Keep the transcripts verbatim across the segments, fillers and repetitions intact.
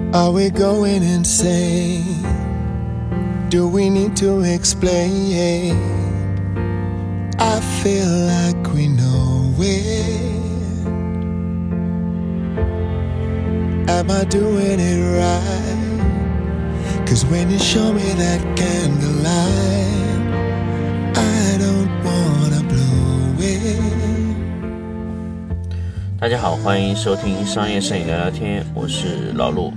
Are we going insane? Do we need to explain? I feel like we know it. Am I doing it right? Cause when you show me that candlelight, I don't wanna blow it. 大家好，欢迎收听商业摄影聊聊天，我是老陆。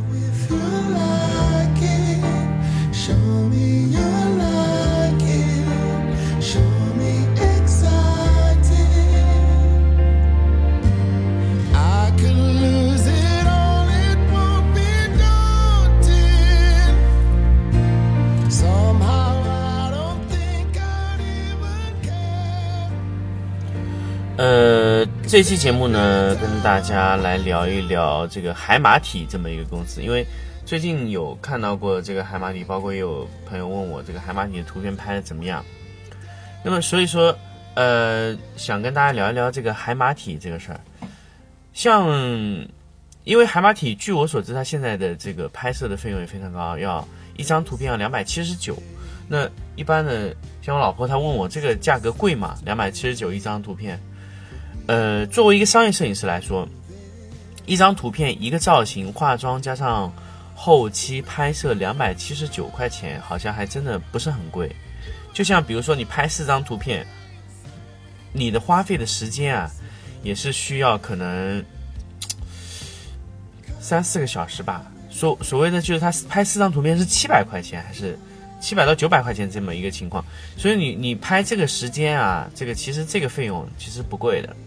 呃，这期节目呢，跟大家来聊一聊这个海马体这么一个公司，因为最近有看到过这个海马体，包括也有朋友问我这个海马体的图片拍的怎么样。那么所以说，呃，想跟大家聊一聊这个海马体这个事儿。像，因为海马体，据我所知，它现在的这个拍摄的费用也非常高，要一张图片要两百七十九。那一般的，像我老婆她问我这个价格贵吗？两百七十九一张图片。呃，作为一个商业摄影师来说，一张图片一个造型化妆加上后期拍摄两百七十九块钱，好像还真的不是很贵。就像比如说你拍四张图片，你的花费的时间啊，也是需要可能三四个小时吧。所所谓的就是他拍四张图片是七百块钱，还是七百到九百块钱这么一个情况，所以你你拍这个时间啊，这个其实这个费用其实不贵的。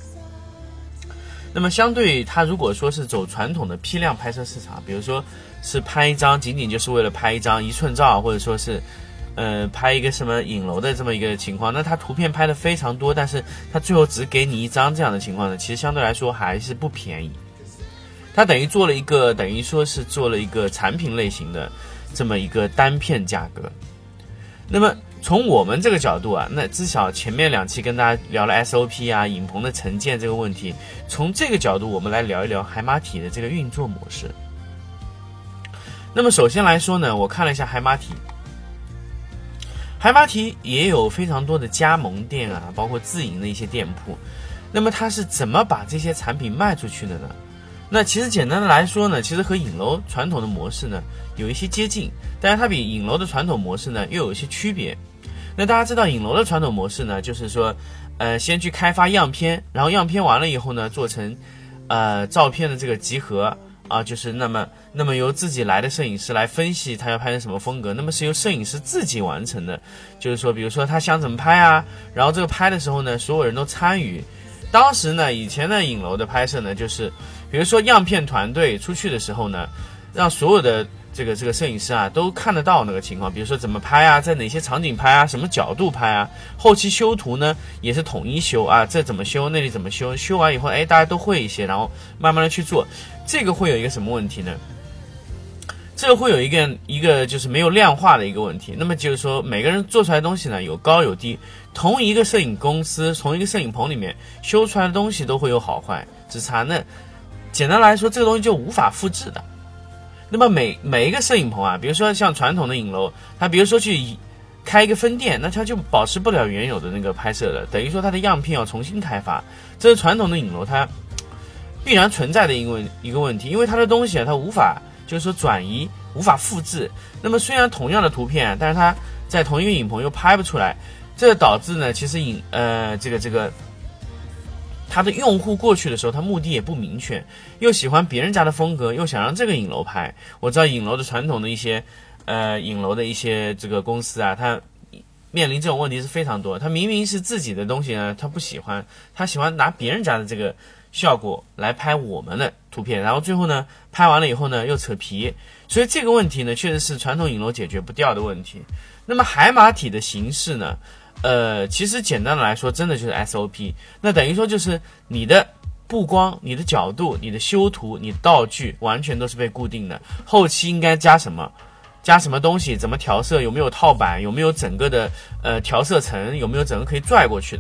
那么相对他如果说是走传统的批量拍摄市场，比如说是拍一张仅仅就是为了拍一张一寸照，或者说是呃拍一个什么影楼的这么一个情况，那他图片拍的非常多，但是他最后只给你一张这样的情况呢，其实相对来说还是不便宜。他等于做了一个等于说是做了一个产品类型的这么一个单片价格。那么从我们这个角度啊，那至少前面两期跟大家聊了 S O P 啊，影棚的成建这个问题，从这个角度我们来聊一聊海马体的这个运作模式。那么首先来说呢，我看了一下海马体，海马体也有非常多的加盟店啊，包括自营的一些店铺。那么它是怎么把这些产品卖出去的呢？那其实简单的来说呢，其实和影楼传统的模式呢有一些接近，但是它比影楼的传统模式呢又有一些区别。那大家知道影楼的传统模式呢，就是说呃先去开发样片，然后样片完了以后呢做成呃照片的这个集合啊，就是那么那么由自己来的摄影师来分析他要拍成什么风格，那么是由摄影师自己完成的，就是说比如说他想怎么拍啊，然后这个拍的时候呢所有人都参与。当时呢以前的影楼的拍摄呢，就是比如说样片团队出去的时候呢，让所有的这个这个摄影师啊都看得到那个情况，比如说怎么拍啊，在哪些场景拍啊，什么角度拍啊，后期修图呢也是统一修啊，这怎么修那里怎么修，修完以后哎大家都会一些，然后慢慢的去做。这个会有一个什么问题呢？这个会有一个一个就是没有量化的一个问题。那么就是说每个人做出来的东西呢有高有低，同一个摄影公司同一个摄影棚里面修出来的东西都会有好坏之差，那简单来说这个东西就无法复制的。那么每每一个摄影棚啊，比如说像传统的影楼，它比如说去开一个分店，那它就保持不了原有的那个拍摄了，等于说它的样片要重新开发，这是传统的影楼它必然存在的一个一个问题，因为它的东西啊它无法就是说转移，无法复制。那么虽然同样的图片，但是它在同一个影棚又拍不出来，这导致呢其实影呃这个这个他的用户过去的时候，他目的也不明确，又喜欢别人家的风格，又想让这个影楼拍。我知道影楼的传统的一些呃影楼的一些这个公司啊，他面临这种问题是非常多。他明明是自己的东西呢，他不喜欢，他喜欢拿别人家的这个效果来拍我们的图片，然后最后呢拍完了以后呢又扯皮。所以这个问题呢确实是传统影楼解决不掉的问题。那么海马体的形式呢，呃，其实简单的来说，真的就是 S O P。那等于说就是你的布光、你的角度、你的修图、你的道具，完全都是被固定的。后期应该加什么，加什么东西，怎么调色，有没有套板，有没有整个的呃调色层，有没有整个可以拽过去的，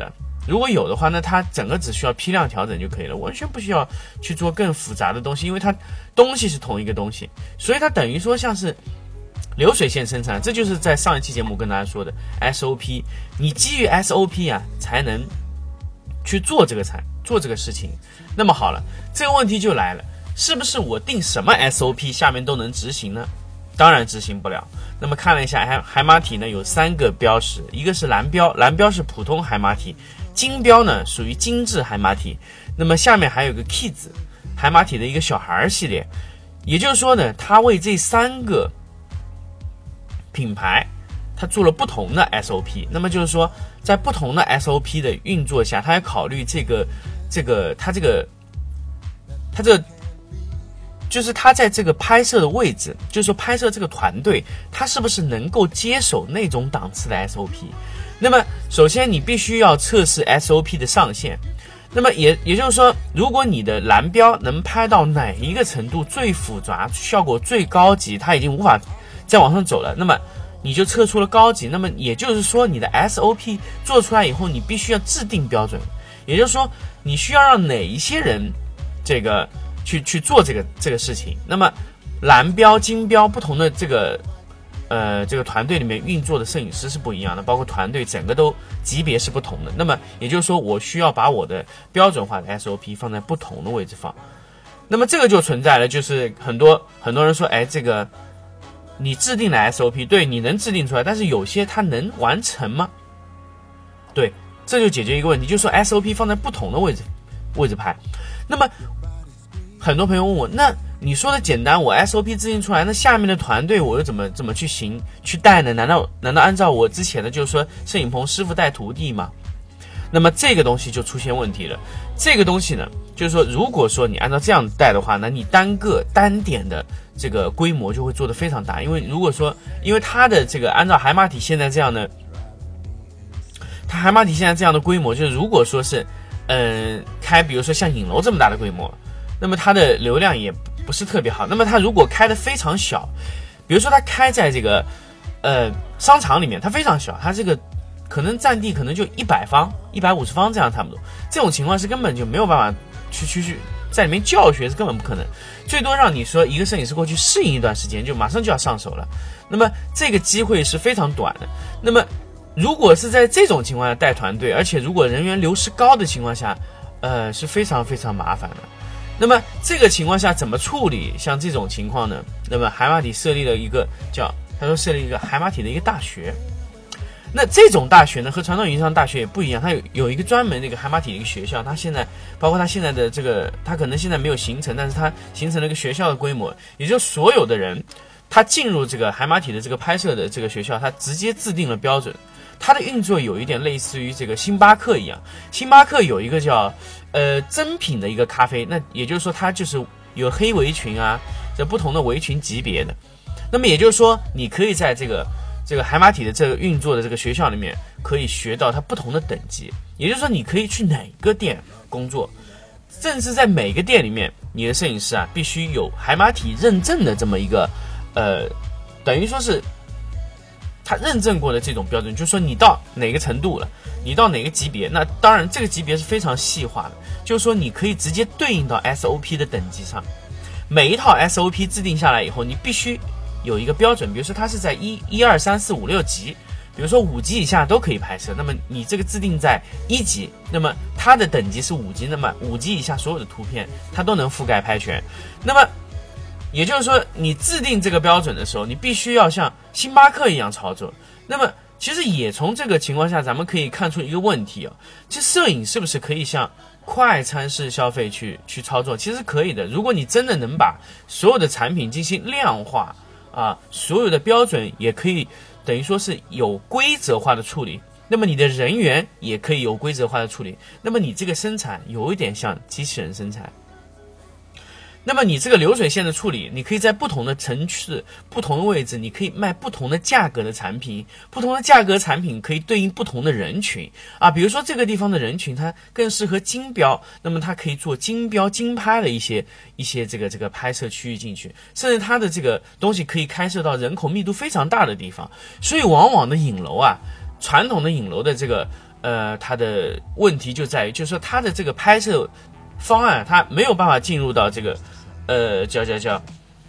如果有的话，那它整个只需要批量调整就可以了，完全不需要去做更复杂的东西，因为它东西是同一个东西，所以它等于说像是流水线生产。这就是在上一期节目跟大家说的 S O P， 你基于 S O P 啊，才能去做这个产做这个事情。那么好了，这个问题就来了，是不是我定什么 S O P 下面都能执行呢？当然执行不了。那么看了一下海海马体呢，有三个标识，一个是蓝标，蓝标是普通海马体，金标呢属于精致海马体，那么下面还有个 Kids 海马体的一个小孩系列。也就是说呢，它为这三个品牌它做了不同的 S O P， 那么就是说在不同的 S O P 的运作下，它要考虑这个这个它这个它这个就是他在这个拍摄的位置，就是说拍摄这个团队他是不是能够接手那种档次的 S O P。 那么首先你必须要测试 S O P 的上限，那么也也就是说，如果你的蓝标能拍到哪一个程度最复杂，效果最高级，它已经无法再往上走了，那么你就测出了高级。那么也就是说，你的 S O P 做出来以后，你必须要制定标准，也就是说你需要让哪一些人这个去去做这个这个事情。那么蓝标金标不同的这个呃这个团队里面运作的摄影师是不一样的，包括团队整个都级别是不同的。那么也就是说，我需要把我的标准化的 S O P 放在不同的位置放。那么这个就存在了，就是很多很多人说，哎，这个你制定的 S O P， 对，你能制定出来，但是有些它能完成吗？对，这就解决一个问题，就是说 S O P 放在不同的位置位置拍。那么很多朋友问我，那你说的简单，我 S O P 制定出来，那下面的团队我又怎么怎么去行去带呢？难道难道按照我之前的就是说摄影棚师傅带徒弟吗？那么这个东西就出现问题了。这个东西呢，就是说如果说你按照这样带的话，那你单个单点的这个规模就会做得非常大。因为如果说因为它的这个按照海马体现在这样的它海马体现在这样的规模，就是如果说是嗯、呃、开比如说像影楼这么大的规模，那么它的流量也不是特别好。那么它如果开得非常小，比如说它开在这个呃商场里面，它非常小，它这个可能占地可能就一百方一百五十方这样差不多，这种情况是根本就没有办法去去去在里面教学，是根本不可能，最多让你说一个摄影师过去适应一段时间，就马上就要上手了。那么这个机会是非常短的。那么如果是在这种情况下带团队，而且如果人员流失高的情况下，呃是非常非常麻烦的。那么这个情况下怎么处理像这种情况呢？那么海马体设立了一个叫他说设立一个海马体的一个大学。那这种大学呢和传统意义上大学也不一样，它有有一个专门的一个海马体的一个学校，它现在包括它现在的这个它可能现在没有形成，但是它形成了一个学校的规模，也就是所有的人他进入这个海马体的这个拍摄的这个学校，他直接制定了标准。它的运作有一点类似于这个星巴克一样，星巴克有一个叫呃珍品的一个咖啡，那也就是说它就是有黑围裙啊，这不同的围裙级别的。那么也就是说，你可以在这个这个海马体的这个运作的这个学校里面，可以学到它不同的等级。也就是说，你可以去哪个店工作，甚至在每个店里面，你的摄影师啊必须有海马体认证的这么一个呃，等于说是他认证过的这种标准，就是说你到哪个程度了，你到哪个级别，那当然这个级别是非常细化的，就是说你可以直接对应到 S O P 的等级上。每一套 S O P 制定下来以后，你必须有一个标准，比如说它是在一一二三四五六级，比如说五级以下都可以拍摄，那么你这个制定在一级，那么它的等级是五级，那么五级以下所有的图片它都能覆盖拍全。那么也就是说，你制定这个标准的时候，你必须要像星巴克一样操作。那么其实也从这个情况下，咱们可以看出一个问题啊，其实摄影是不是可以像快餐式消费去去操作？其实可以的。如果你真的能把所有的产品进行量化啊，所有的标准也可以等于说是有规则化的处理，那么你的人员也可以有规则化的处理，那么你这个生产有一点像机器人生产。那么你这个流水线的处理，你可以在不同的城市、不同的位置，你可以卖不同的价格的产品，不同的价格产品可以对应不同的人群啊。比如说这个地方的人群它更适合金标，那么它可以做金标金拍的一些一些这个这个拍摄区域进去，甚至它的这个东西可以开设到人口密度非常大的地方。所以往往的影楼啊，传统的影楼的这个呃，它的问题就在于，就是说它的这个拍摄方案，它没有办法进入到这个，呃，叫叫叫，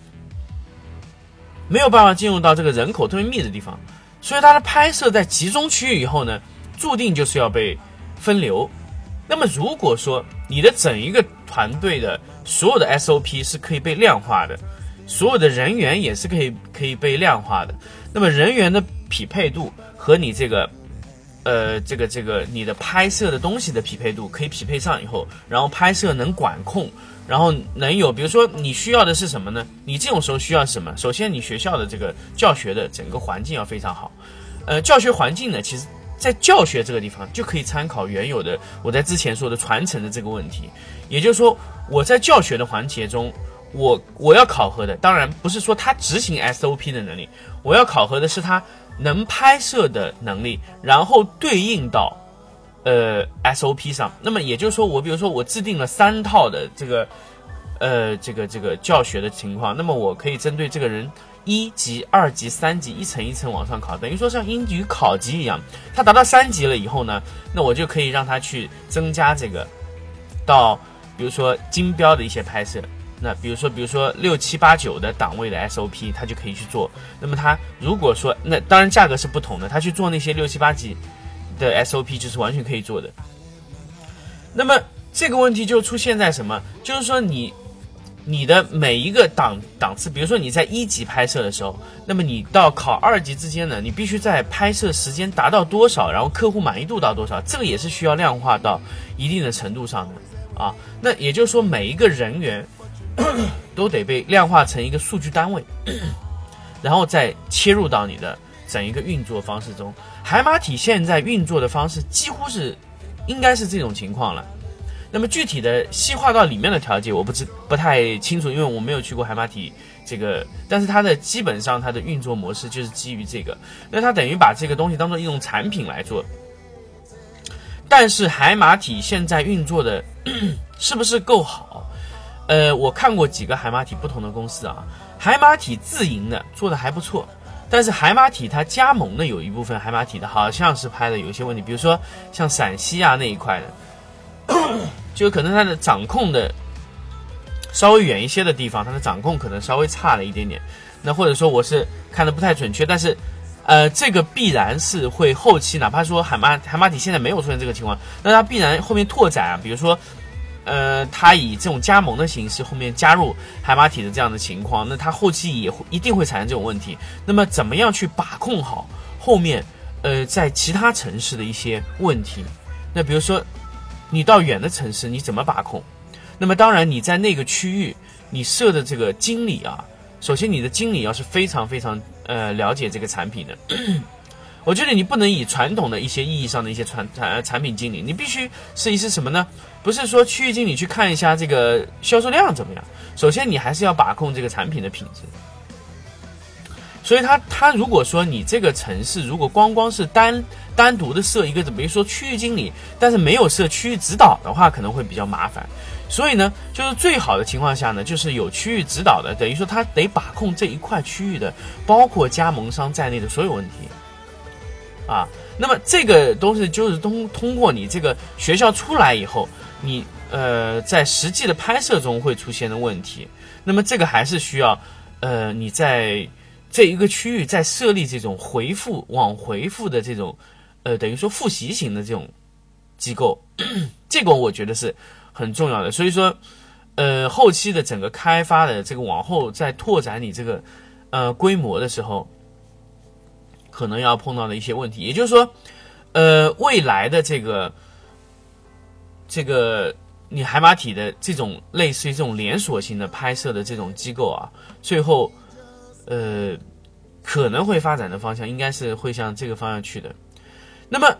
没有办法进入到这个人口特别密的地方，所以它的拍摄在集中区域以后呢，注定就是要被分流。那么如果说你的整一个团队的所有的 S O P 是可以被量化的，所有的人员也是可以可以被量化的，那么人员的匹配度和你这个呃这个这个你的拍摄的东西的匹配度可以匹配上以后，然后拍摄能管控，然后能有，比如说你需要的是什么呢？你这种时候需要什么？首先你学校的这个教学的整个环境要非常好，呃教学环境呢，其实在教学这个地方就可以参考原有的我在之前说的传承的这个问题。也就是说我在教学的环节中，我我要考核的当然不是说他执行 S O P 的能力，我要考核的是他能拍摄的能力，然后对应到呃 S O P 上。那么也就是说我比如说我制定了三套的这个呃这个这个教学的情况，那么我可以针对这个人一级、二级、三级一层一层往上考，等于说像英语考级一样，他达到三级了以后呢，那我就可以让他去增加这个到比如说金标的一些拍摄，那比如说比如说六七八九的档位的 S O P 他就可以去做。那么他如果说那当然价格是不同的，他去做那些六七八级的 S O P 就是完全可以做的。那么这个问题就出现在什么，就是说你你的每一个档档次，比如说你在一级拍摄的时候，那么你到考二级之间呢，你必须在拍摄时间达到多少，然后客户满意度到多少，这个也是需要量化到一定的程度上的啊。那也就是说每一个人员都得被量化成一个数据单位，然后再切入到你的整一个运作方式中。海马体现在运作的方式几乎是应该是这种情况了。那么具体的细化到里面的调节我不知不太清楚，因为我没有去过海马体这个，但是它的基本上它的运作模式就是基于这个，那它等于把这个东西当做一种产品来做。但是海马体现在运作的是不是够好？呃，我看过几个海马体不同的公司啊，海马体自营的做的还不错，但是海马体它加盟的有一部分海马体的好像是拍的有些问题，比如说像陕西啊那一块的。就可能它的掌控的稍微远一些的地方，它的掌控可能稍微差了一点点，那或者说我是看的不太准确，但是呃，这个必然是会后期哪怕说海马海马体现在没有出现这个情况，那它必然后面拓展啊，比如说呃，它以这种加盟的形式后面加入海马体的这样的情况，那它后期也会一定会产生这种问题。那么怎么样去把控好后面呃在其他城市的一些问题？那比如说你到远的城市你怎么把控？那么当然你在那个区域你设的这个经理啊，首先你的经理要是非常非常呃了解这个产品的我觉得你不能以传统的一些意义上的一些传产产品经理，你必须是一是什么呢？不是说区域经理去看一下这个销售量怎么样，首先你还是要把控这个产品的品质。所以他他如果说你这个城市如果光光是单单独的设一个比如说区域经理，但是没有设区域指导的话，可能会比较麻烦。所以呢，就是最好的情况下呢，就是有区域指导的，等于说他得把控这一块区域的，包括加盟商在内的所有问题啊。那么这个东西就是通通过你这个学校出来以后，你呃在实际的拍摄中会出现的问题，那么这个还是需要呃你在这一个区域在设立这种回复往回复的这种呃等于说复习型的这种机构，这个我觉得是很重要的。所以说呃后期的整个开发的这个往后在拓展你这个呃规模的时候可能要碰到的一些问题，也就是说呃未来的这个这个你海马体的这种类似于这种连锁性的拍摄的这种机构啊，最后呃，可能会发展的方向应该是会向这个方向去的。那么，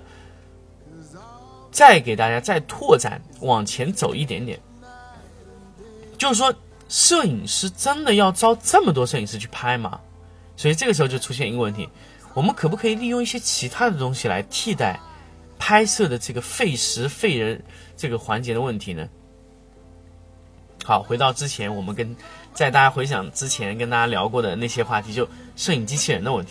再给大家再拓展往前走一点点，就是说，摄影师真的要招这么多摄影师去拍吗？所以这个时候就出现一个问题，我们可不可以利用一些其他的东西来替代拍摄的这个费时费人这个环节的问题呢？好，回到之前我们跟在大家回想之前跟大家聊过的那些话题，就摄影机器人的问题。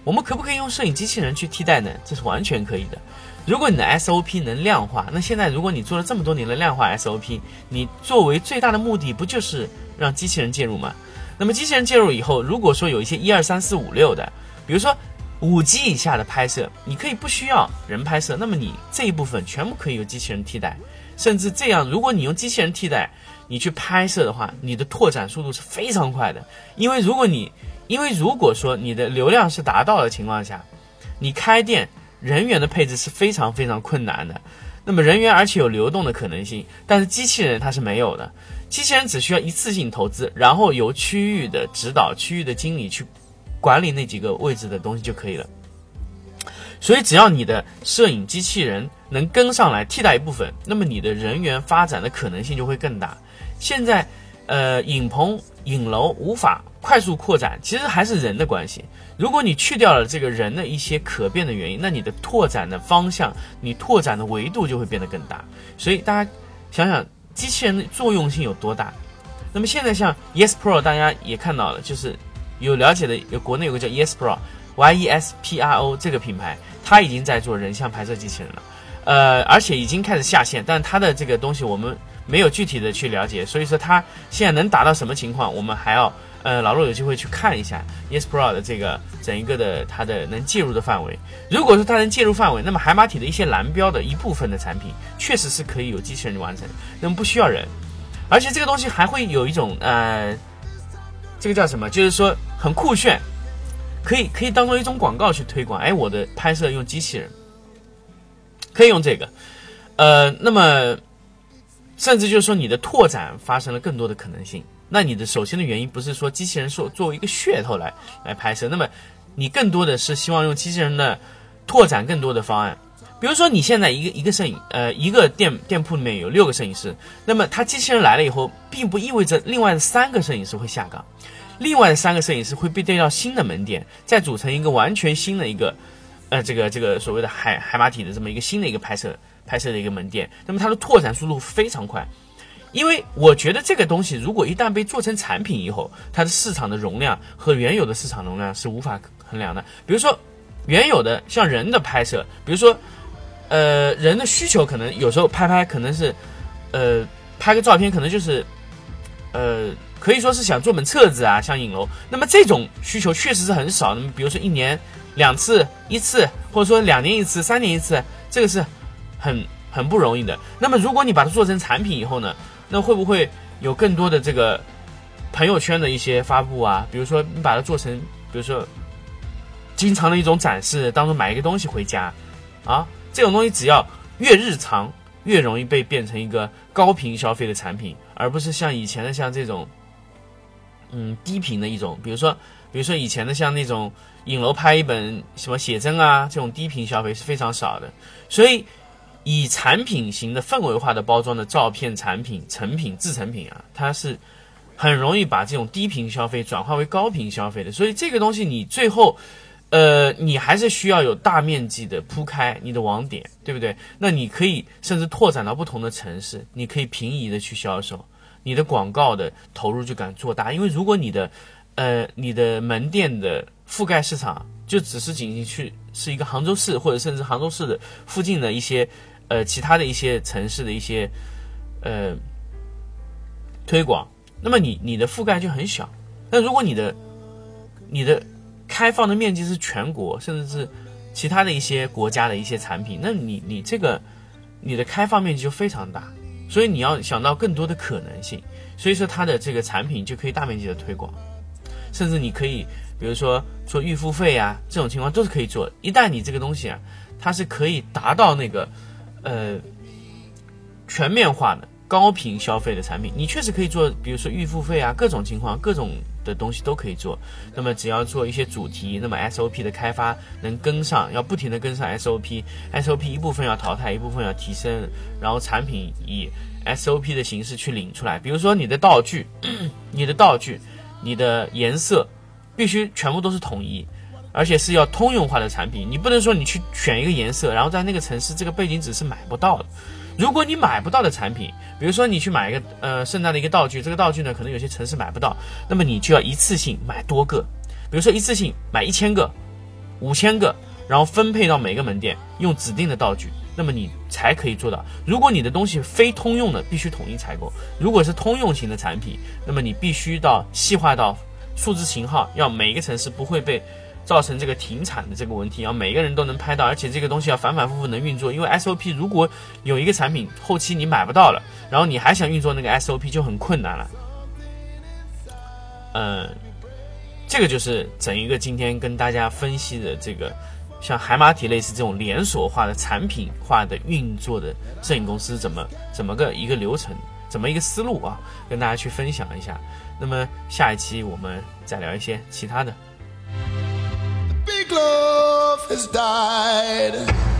我们可不可以用摄影机器人去替代呢？这是完全可以的。如果你的 S O P 能量化，那现在如果你做了这么多年的量化 S O P， 你作为最大的目的不就是让机器人介入吗？那么机器人介入以后，如果说有一些一二三四五六的，比如说五 G 以下的拍摄，你可以不需要人拍摄，那么你这一部分全部可以由机器人替代。甚至这样，如果你用机器人替代你去拍摄的话，你的拓展速度是非常快的。因为如果你因为如果说你的流量是达到的情况下，你开店人员的配置是非常非常困难的。那么人员而且有流动的可能性，但是机器人它是没有的。机器人只需要一次性投资，然后由区域的指导、区域的经理去管理那几个位置的东西就可以了。所以只要你的摄影机器人能跟上来替代一部分，那么你的人员发展的可能性就会更大。现在呃，影棚影楼无法快速扩展，其实还是人的关系。如果你去掉了这个人的一些可变的原因，那你的拓展的方向，你拓展的维度就会变得更大。所以大家想想机器人的作用性有多大。那么现在像 Yes Pro 大家也看到了，就是有了解的，有国内有个叫 Yes Pro Y E S P R O 这个品牌，它已经在做人像拍摄机器人了，呃，而且已经开始下线，但它的这个东西我们没有具体的去了解，所以说它现在能达到什么情况，我们还要呃老陆有机会去看一下 Yes Pro 的这个整一个的它的能介入的范围。如果说它能介入范围，那么海马体的一些蓝标的一部分的产品确实是可以有机器人完成，那么不需要人，而且这个东西还会有一种呃，这个叫什么，就是说很酷炫。可以可以当做一种广告去推广，哎，我的拍摄用机器人，可以用这个，呃，那么甚至就是说你的拓展发生了更多的可能性。那你的首先的原因不是说机器人说作为一个噱头来来拍摄，那么你更多的是希望用机器人的拓展更多的方案。比如说你现在一个一个摄影呃一个店店铺里面有六个摄影师，那么他机器人来了以后，并不意味着另外的三个摄影师会下岗。另外的三个摄影师会被带到新的门店，再组成一个完全新的一个，呃，这个这个所谓的海海马体的这么一个新的一个拍摄拍摄的一个门店。那么它的拓展速度非常快，因为我觉得这个东西如果一旦被做成产品以后，它的市场的容量和原有的市场容量是无法衡量的。比如说原有的像人的拍摄，比如说呃人的需求可能有时候拍拍可能是呃拍个照片可能就是呃。可以说是想做本册子啊，像影楼，那么这种需求确实是很少。那么比如说一年两次、一次，或者说两年一次、三年一次，这个是很很不容易的。那么如果你把它做成产品以后呢，那会不会有更多的这个朋友圈的一些发布啊？比如说你把它做成，比如说经常的一种展示，当中买一个东西回家啊，这种东西只要越日常，越容易被变成一个高频消费的产品，而不是像以前的像这种。嗯，低频的一种，比如说，比如说以前的像那种影楼拍一本什么写真啊，这种低频消费是非常少的。所以，以产品型的氛围化的包装的照片产品、成品、制成品啊，它是很容易把这种低频消费转化为高频消费的。所以这个东西你最后，呃，你还是需要有大面积的铺开你的网点，对不对？那你可以甚至拓展到不同的城市，你可以平移的去销售。你的广告的投入就敢做大，因为如果你的，呃，你的门店的覆盖市场就只是仅仅去是一个杭州市或者甚至杭州市的附近的一些，呃，其他的一些城市的一些，呃，推广，那么你你的覆盖就很小。但如果你的你的开放的面积是全国，甚至是其他的一些国家的一些产品，那你你这个你的开放面积就非常大。所以你要想到更多的可能性，所以说它的这个产品就可以大面积的推广，甚至你可以比如说做预付费啊，这种情况都是可以做。一旦你这个东西啊，它是可以达到那个呃全面化的高频消费的产品，你确实可以做，比如说预付费啊，各种情况各种的东西都可以做。那么只要做一些主题，那么 S O P 的开发能跟上，要不停的跟上 S O P， S O P 一部分要淘汰，一部分要提升，然后产品以 S O P 的形式去领出来。比如说你的道具你的道具你的颜色必须全部都是统一，而且是要通用化的产品。你不能说你去选一个颜色，然后在那个城市这个背景纸是买不到的。如果你买不到的产品，比如说你去买一个呃圣诞的一个道具，这个道具呢可能有些城市买不到，那么你就要一次性买多个，比如说一次性买一千个， 五千个，然后分配到每个门店，用指定的道具，那么你才可以做到。如果你的东西非通用的，必须统一采购；如果是通用型的产品，那么你必须到细化到数字型号，要每一个城市不会被造成这个停产的这个问题，要每个人都能拍到，而且这个东西要反反复复能运作。因为 S O P 如果有一个产品后期你买不到了，然后你还想运作那个 S O P 就很困难了。嗯，这个就是整一个今天跟大家分析的这个像海马体类似这种连锁化的产品化的运作的摄影公司怎么怎么个一个流程，怎么一个思路啊，跟大家去分享一下。那么下一期我们再聊一些其他的。 Big love has died.